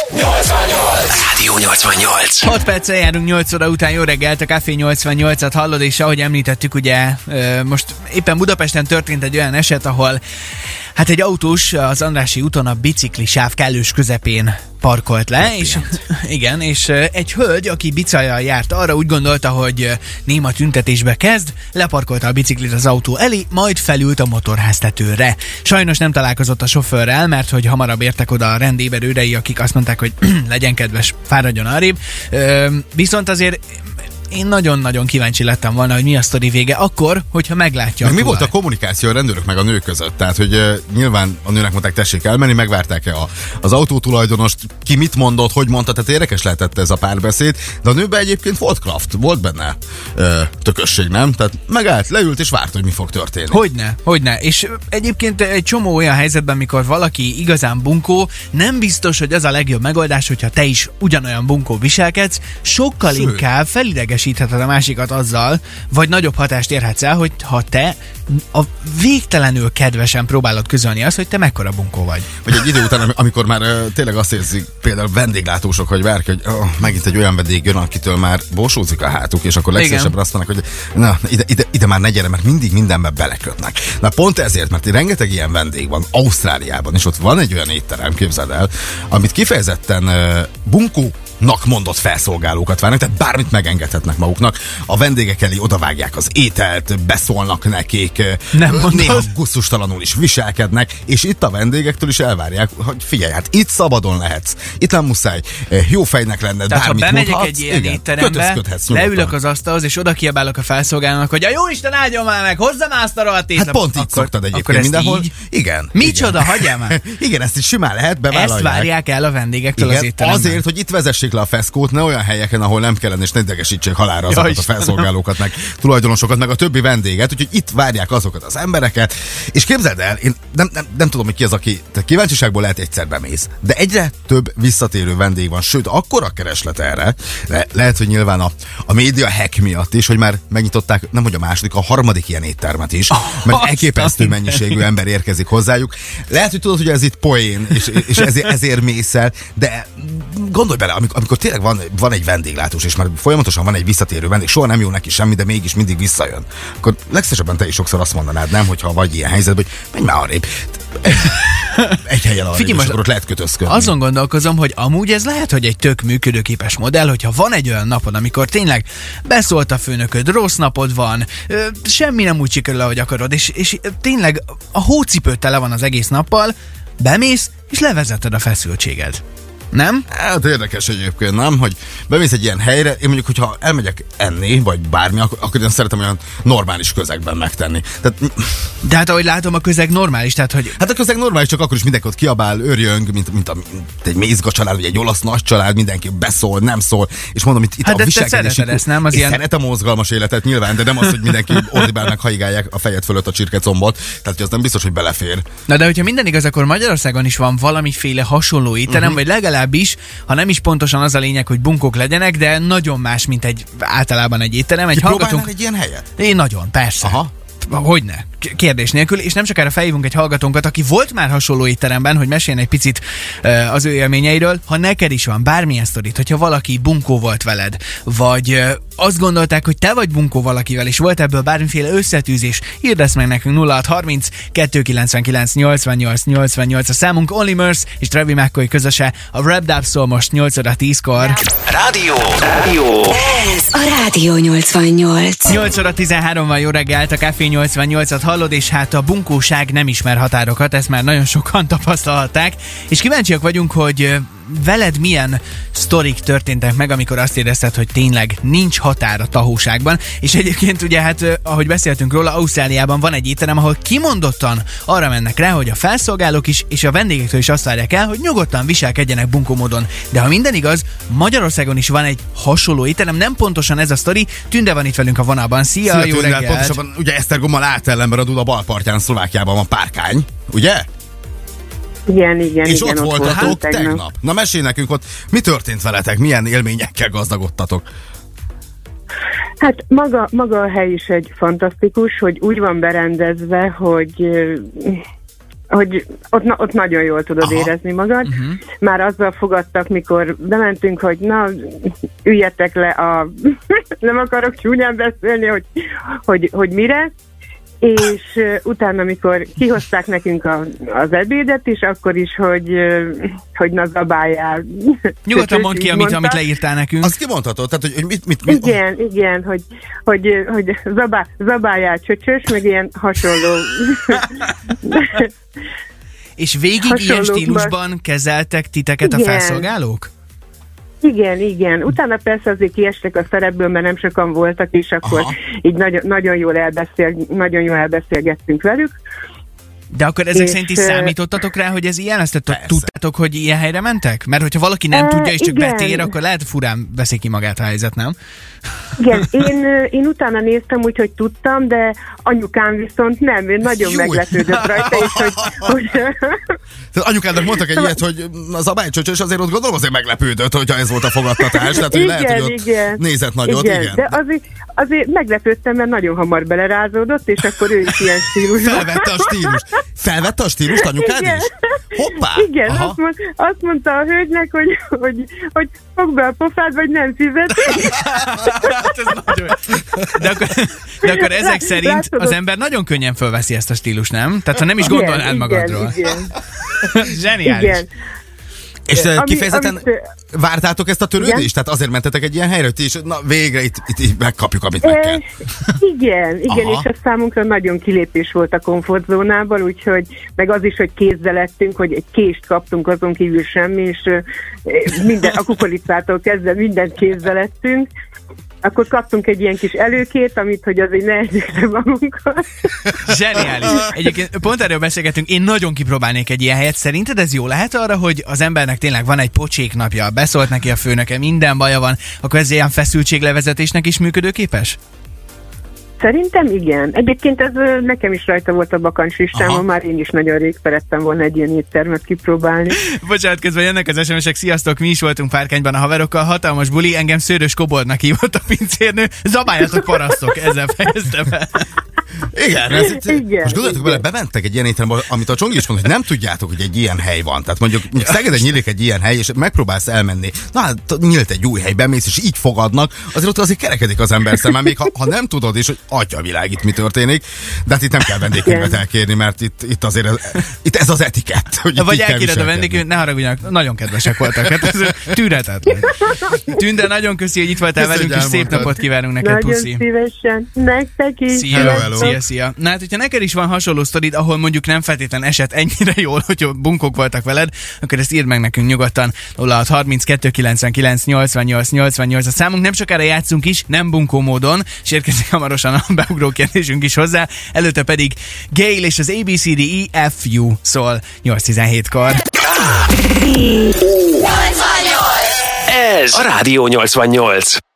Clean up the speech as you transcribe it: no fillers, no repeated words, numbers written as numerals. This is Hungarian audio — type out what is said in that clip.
Rádió 88. 6 perccel járunk 8 óra után, jó reggelt, a Café 88-at hallod, és ahogy említettük, ugye most éppen Budapesten történt egy olyan eset, ahol hát egy autós az Andrássy úton a biciklisáv kellős közepén parkolt le, és igen, és egy hölgy, aki bicajjal járt arra, úgy gondolta, hogy néma tüntetésbe kezd, leparkolta a biciklit az autó elé, majd felült a motorháztetőre. Sajnos nem találkozott a sofőrrel, mert hogy hamarabb értek oda a rendéber őrei, akik azt mondták, hogy legyen kedves, fáradjon arrébb. Viszont azért én nagyon-nagyon kíváncsi lettem volna, hogy mi a sztori vége akkor, hogyha meglátja mi volt a kommunikáció a rendőrök meg a nők között? Tehát, hogy nyilván a nőnek mondták, tessék elmenni, megvárták-e az autótulajdonost, ki mit mondott, hogy mondta, tehát érdekes lehetett ez a párbeszéd, de a nőben egyébként volt kraft, volt benne tökösség, nem? Tehát megállt, leült és várt, hogy mi fog történni. Hogyne. És egyébként egy csomó olyan helyzetben, amikor valaki igazán bunkó, nem biztos, hogy az a legjobb megoldás, hogyha te is ugyanolyan bunkó viselkedsz, sokkal inkább felidegesítheted a másikat azzal, vagy nagyobb hatást érhetsz el, hogy ha te a végtelenül kedvesen próbálod közölni azt, hogy te mekkora bunkó vagy. Vagy egy idő után, amikor már tényleg azt érzik, például vendéglátósok, vagy bárki, hogy megint egy olyan vendég jön, akitől már borsózik a hátuk, és akkor legszívesebben azt mondják, hogy na, ide már ne gyere, mert mindig mindenbe belekötnek. Na pont ezért, mert rengeteg ilyen vendég van Ausztráliában, és ott van egy olyan étterem, képzeld el, amit kifejezetten bunkónak mondott felszolgálókat várnak, tehát bármit megengedhetnek maguknak. A vendégek elé odavágják az ételt, beszólnak nekik, néha gusztustalanul is viselkednek, és itt a vendégektől is elvárják, hogy figyelj, hát itt szabadon lehetsz, itt nem muszáj jó fejnek lenned, tehát bármit mondhatsz. Tehát ha bemegyek egy ilyen étterembe, leülök az asztalhoz, és oda kiabálok a felszolgálónak, hogy a jóisten áldjon már meg, hozzá már azt a rohadt étlet. Hát pont így szoktad egyébként mindenhol. Így? Igen. Micsoda, hagyjál már. Igen, ezt is simán lehet, bevállalják. Ezt várják el a vendégektől az étteremben. Azért, hogy itt vezessék le a feszkót, ne olyan helyeken, ahol nem kellene, és ne idegesítsék halálra azokat a felszolgálókat, meg tulajdonosokat, meg a többi vendéget, úgyhogy itt várják azokat az embereket. És képzeld el, én nem tudom, hogy ki az, aki, tehát kíváncsiságból lehet egyszer bemész, de egyre több visszatérő vendég van, sőt, akkora kereslet erre, de lehet, hogy nyilván a média hack miatt is, hogy már megnyitották, nem hogy a második, a harmadik ilyen éttermet is, mert elképesztő mennyiségű ember érkezik hozzájuk. Lehet, hogy tudod, hogy ez itt poén, és ezért mész el, de gondolj bele, amikor tényleg van egy vendéglátós, és már folyamatosan van egy visszatérő vendég, soha nem jó neki semmi, de mégis mindig visszajön, akkor legszívesebben te is sokszor azt mondanád, nem, hogyha vagy ilyen helyzetben, hogy menj már arrébb. Egy helyen arrébb, és akkor ott lehet kötözködni. Azon gondolkozom, hogy amúgy ez lehet, hogy egy tök működőképes modell, hogyha van egy olyan napod, amikor tényleg beszólt a főnököd, rossz napod van, semmi nem úgy sikerül, ahogy akarod, és tényleg a hócipőd tele van az egész nappal, bemész, és levezeted a feszültséged. Nem? Hát érdekes egyébként, nem? Hogy bemész egy ilyen helyre, én mondjuk, hogyha elmegyek enni, vagy bármi, akkor én szeretem olyan normális közegben megtenni. Tehát, de hát ahogy látom, a közeg normális, tehát hogy... Hát a közeg normális, csak akkor is mindenki ott kiabál, örjöng, mint egy mézga család, vagy egy olasz nagy család, mindenki beszól, nem szól, és mondom, itt hát a viselkedés... ezt, nem? Az én ilyen... szeretem a mozgalmas életet nyilván, de nem az, hogy mindenki ordibál meg haigálják a fejed fölött a csirkecombot, tehát hogy az nem biztos, hogy belefér. Na de hogyha minden igaz, akkor Magyarországon is van valamiféle hasonló étterem, vagy legalábbis, ha nem is pontosan az a lényeg, hogy bunkók legyenek, de nagyon más, mint általában egy étterem. Próbálnál egy ilyen helyet? Én nagyon, persze. Aha. Hogyne? Kérdés nélkül, és nem sokára felhívunk egy hallgatónkat, aki volt már hasonló étteremben, hogy meséljen egy picit az ő élményeiről. Ha neked is van bármilyen sztorit, hogyha valaki bunkó volt veled, vagy azt gondolták, hogy te vagy bunkó valakivel, és volt ebből bármiféle összetűzés, írd ezt meg nekünk 0630 299 88 88 a számunk. Only Merce és Travis McCoy közöse. A Wrapped Up szól most 8 óra 10-kor. Rádió. Ez a Rádió 88. 8 óra 13-val jó reggelt, a Café 88-at hallod, és hát a bunkóság nem ismer határokat, ezt már nagyon sokan tapasztalhatták, és kíváncsiak vagyunk, hogy veled milyen sztorik történtek meg, amikor azt érezted, hogy tényleg nincs határ a tahóságban, és egyébként ugye hát, ahogy beszéltünk róla, Ausztráliában van egy étterem, ahol kimondottan arra mennek rá, hogy a felszolgálók is, és a vendégektől is azt várják el, hogy nyugodtan viselkedjenek bunkó módon. De ha minden igaz, Magyarországon is van egy hasonló étterem, nem pontosan ez a sztori. Tünde van itt velünk a vonalban. Szia, jó reggelt! Pontosabban, ugye Esztergommal átellenben a Duda bal partján, Szlovákiában van Párkány, ugye? Igen. És ott voltatok tegnap. Na mesélj nekünk, ott mi történt veletek? Milyen élményekkel gazdagodtatok? Hát maga a hely is egy fantasztikus, hogy úgy van berendezve, hogy hogy ott nagyon jól tudod érezni magad. Már azzal fogadtak, mikor bementünk, hogy na, üljetek le nem akarok csúnyán beszélni, hogy mire, és utána, amikor kihozták nekünk az ebédet is, akkor is, hogy na zabáljál. Nyugodtan mondd ki, amit leírtál nekünk. Azt kimondhatod? Tehát, hogy mit? Igen, hogy zabáljál csöcsös, meg ilyen hasonló. És végig ilyen stílusban kezeltek titeket a felszolgálók? Igen. Utána persze azért kiestek a szerepből, mert nem sokan voltak, és akkor így nagyon jól elbeszélgettünk velük. De akkor ezek szerint is számítottatok rá, hogy ez ilyen lesz? Tehát tudtátok, hogy ilyen helyre mentek? Mert hogyha valaki nem tudja, és csak betér, akkor lehet furán veszi ki magát a helyzet, nem? Igen, én utána néztem úgy, hogy tudtam, de anyukám viszont nem, ő nagyon meglepődött rajta, és hogy... Tehát anyukának mondtak egy ilyet, hogy az a bájcsöcsös, azért ott gondolom azért meglepődött, hogyha ez volt a fogadtatás. Tehát, hogy lehet, hogy ott nézett nagyot, igen. De azért meglepődtem, mert nagyon hamar belerázódott, és akkor ő is ilyen stílusban. Felvette a stílust anyukád is? Hoppá! Igen, azt mondta a hölgynek, hogy fogd be a pofád, vagy nem fizetés. Hát ez nagyon... De akkor ezek szerint az ember nagyon könnyen fölveszi ezt a stílust, nem? Tehát ha nem is gondolnád magadról. Igen. Zseniális. Igen. És kifejezetten vártátok ezt a törődést? Tehát azért mentetek egy ilyen helyre, hogy ti is, na végre itt megkapjuk, amit meg kell. Igen, és a számunkra nagyon kilépés volt a komfortzónából, úgyhogy meg az is, hogy kézzel lettünk, hogy egy kést kaptunk, azon kívül semmi, és a kukoricától kezdve mindent kézzel lettünk. Akkor kaptunk egy ilyen kis előkét, amit, hogy azért ne együtt magunkat. Zseniális. Egyébként pont erről beszélgetünk, én nagyon kipróbálnék egy ilyen helyet. Szerinted ez jó lehet arra, hogy az embernek tényleg van egy pocséknapja, beszólt neki a főnöke, minden baja van, akkor ez ilyen feszültséglevezetésnek is működőképes? Szerintem igen. Egyébként ez nekem is rajta volt a bakancslistámon, már én is nagyon rég szerettem volna egy ilyen éttermet kipróbálni. Bocsánat, közben jönnek az SMS-ek, sziasztok, mi is voltunk Párkányban a haverokkal, hatalmas buli, engem Szőrös Koboldnak hívott a pincérnő, zabáljatok parasztok, ezzel fejeztem el. Igen. Most gondoljatok bele, bementek egy ilyen étterembe, amit a Csongi is mondta, hogy nem tudjátok, hogy egy ilyen hely van. Tehát mondjuk Szegeden nyílik egy ilyen hely, és megpróbálsz elmenni. Na hát nyílt egy új hely, bemész, és így fogadnak, azért kerekedik az ember szemmel, még ha nem tudod is, hogy atya a világ, itt mi történik, de hát itt nem kell vendégkönyvet elkérni, mert itt azért ez az etikett. Vagy elkéred a vendégkönyvet, ne haragudjanak, nagyon kedvesek voltak. Hát ez tűretetlen. Tünde, nagyon köszi, hogy itt voltál velünk, és szép napot kívánunk neked, puszi. Nagyon szívesen, nektek is. Szia. Na hát, hogyha neked is van hasonló sztorid, ahol mondjuk nem feltétlen esett ennyire jól, hogy bunkók voltak veled, akkor ezt írd meg nekünk nyugodtan. 0632 99 88 88 a számunk. Nem sokára játszunk is, nem bunkó módon, és érkezik hamarosan a beugró kérdésünk is hozzá. Előtte pedig Gail és az ABCDEFU szól 8:17-kor. Ez a Rádió 88.